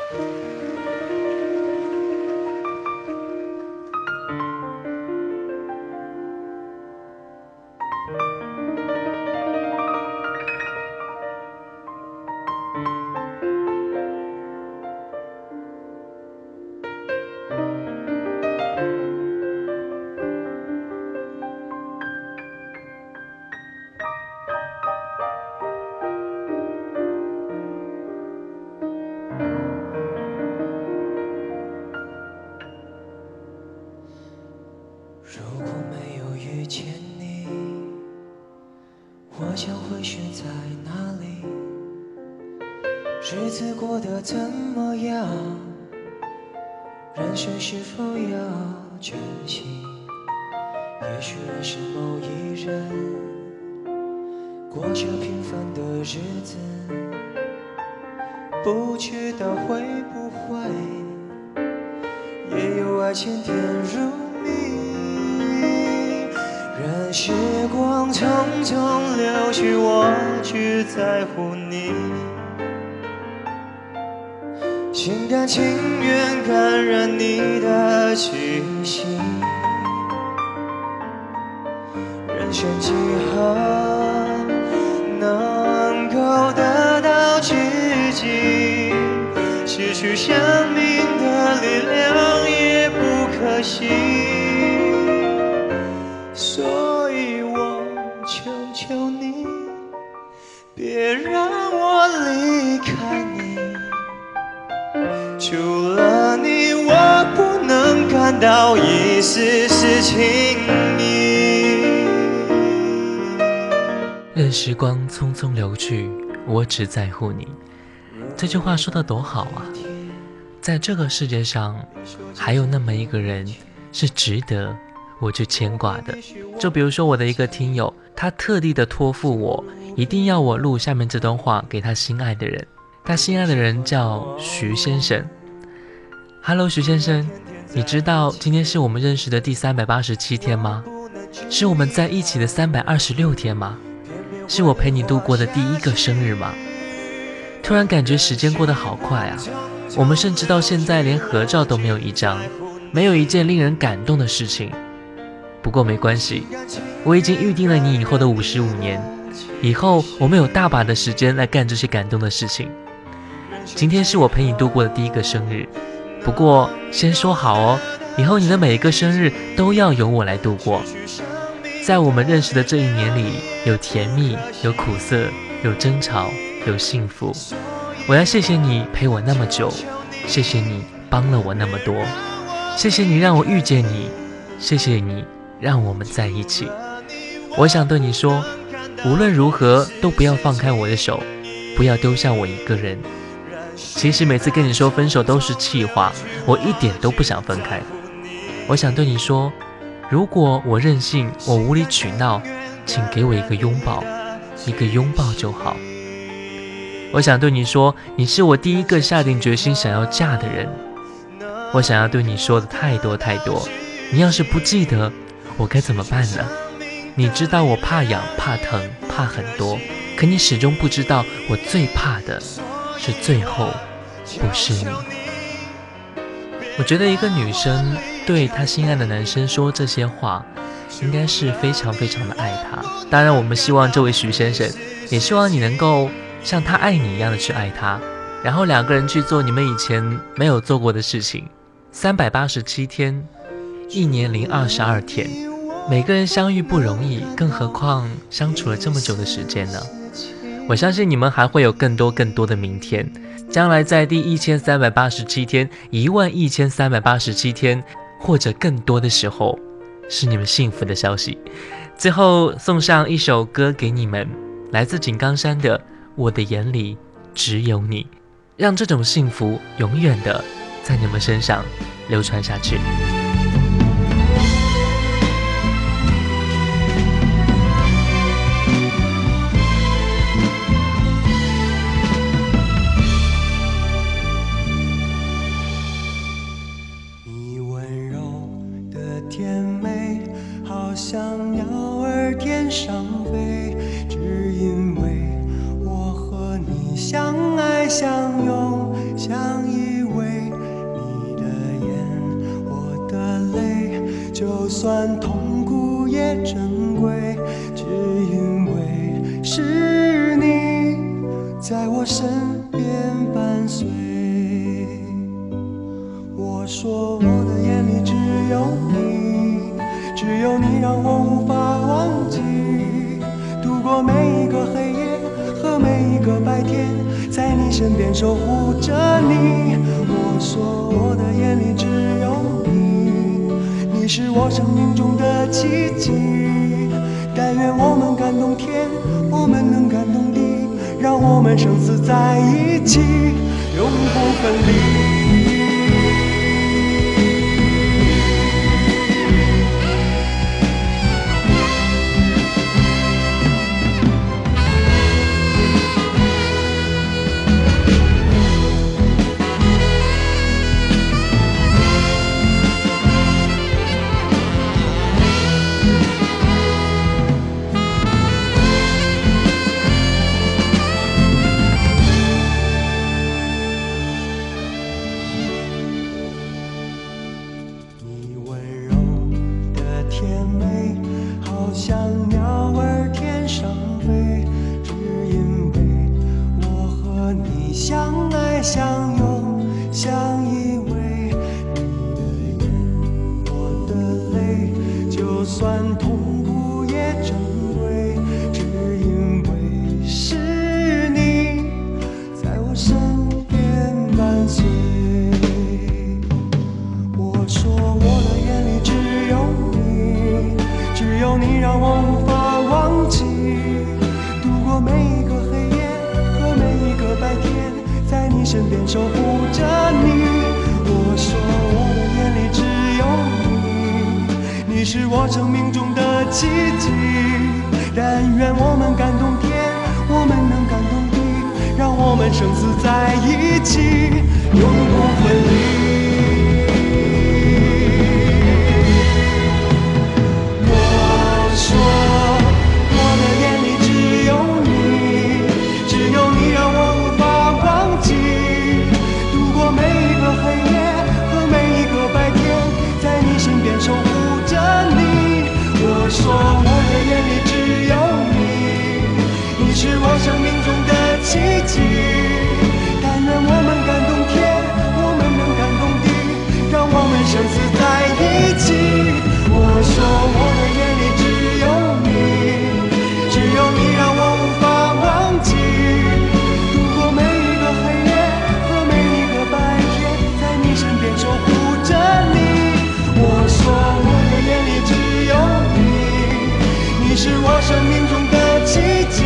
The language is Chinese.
如果没有遇见你，我将会选在哪里？日子过得怎么样？人生是否要珍惜？也许认识某一人，过着平凡的日子，不知道会不会也有爱情甜如蜜。任时光匆匆流去，我只在乎你，心甘情愿感染你的气息。人生几何能够得到知己？失去生命的力量也不可惜。所以我求求你，别让我离开你。除了你，我不能感到一丝丝情意。 任时光匆匆流去，我只在乎你。这句话说得多好啊！在这个世界上，还有那么一个人是值得我去牵挂的。就比如说我的一个听友，他特地的托付我，一定要我录下面这段话给他心爱的人。他心爱的人叫徐先生。Hello， 徐先生，你知道今天是我们认识的第387天吗？是我们在一起的326天吗？是我陪你度过的第一个生日吗？突然感觉时间过得好快啊！我们甚至到现在连合照都没有一张，没有一件令人感动的事情。不过没关系，我已经预定了你以后的55年，以后我们有大把的时间来干这些感动的事情。今天是我陪你度过的第一个生日，不过先说好哦，以后你的每一个生日都要由我来度过。在我们认识的这一年里，有甜蜜，有苦涩，有争吵，有幸福。我要谢谢你陪我那么久，谢谢你帮了我那么多，谢谢你让我遇见你，谢谢你让我们在一起。我想对你说，无论如何都不要放开我的手，不要丢下我一个人。其实每次跟你说分手都是气话，我一点都不想分开。我想对你说，如果我任性，我无理取闹，请给我一个拥抱，一个拥抱就好。我想对你说，你是我第一个下定决心想要嫁的人。我想要对你说的太多太多，你要是不记得，我该怎么办呢？你知道我怕痒怕疼怕很多，可你始终不知道我最怕的是最后不是你。我觉得一个女生对她心爱的男生说这些话，应该是非常非常的爱他。当然我们希望这位徐先生也希望你能够像他爱你一样的去爱他，然后两个人去做你们以前没有做过的事情。387天，1年零22天，每个人相遇不容易，更何况相处了这么久的时间呢？我相信你们还会有更多更多的明天，将来在第1387天、11387天或者更多的时候，是你们幸福的消息。最后送上一首歌给你们，来自井冈山的《我的眼里只有你》，让这种幸福永远的在你们身上流传下去。 你温柔的甜美，好像鸟儿天上飞，只因为我和你相爱相拥，相依算痛苦也珍贵，只因为是你在我身边伴随。我说我的眼里只有你，只有你让我无法忘记，度过每一个黑夜和每一个白天，在你身边守护着你。我说我的眼里只有你，你是我生命中的奇迹，但愿我们感动天，我们能感动地，让我们生死在一起，永不分离。相拥相依偎，你的眼我的泪，就算痛苦也珍贵，只因为是你在我身边伴随。我说我的眼里只有你，只有你让我无法忘记，度过每一个黑夜和每一个白天，在你身边守护着你。我说我的眼里只有你，你是我生命中的奇迹，但愿我们感动天，我们能感动地，让我们生死在一起，永不分离。我说我的眼里只有你，只有你让我无法忘记，度过每一个黑夜和每一个白天，在你身边守护着你。我说我的眼里只有你，你是我生命中的奇迹，但愿我们感动天，我们能感动地，让我们生死在一起。我说我的眼里只有你，只有你让我无法忘记，度过每一个黑夜和每一个白天，在你身边守护着你。我说我的眼里只有你，你是我生命中的奇迹，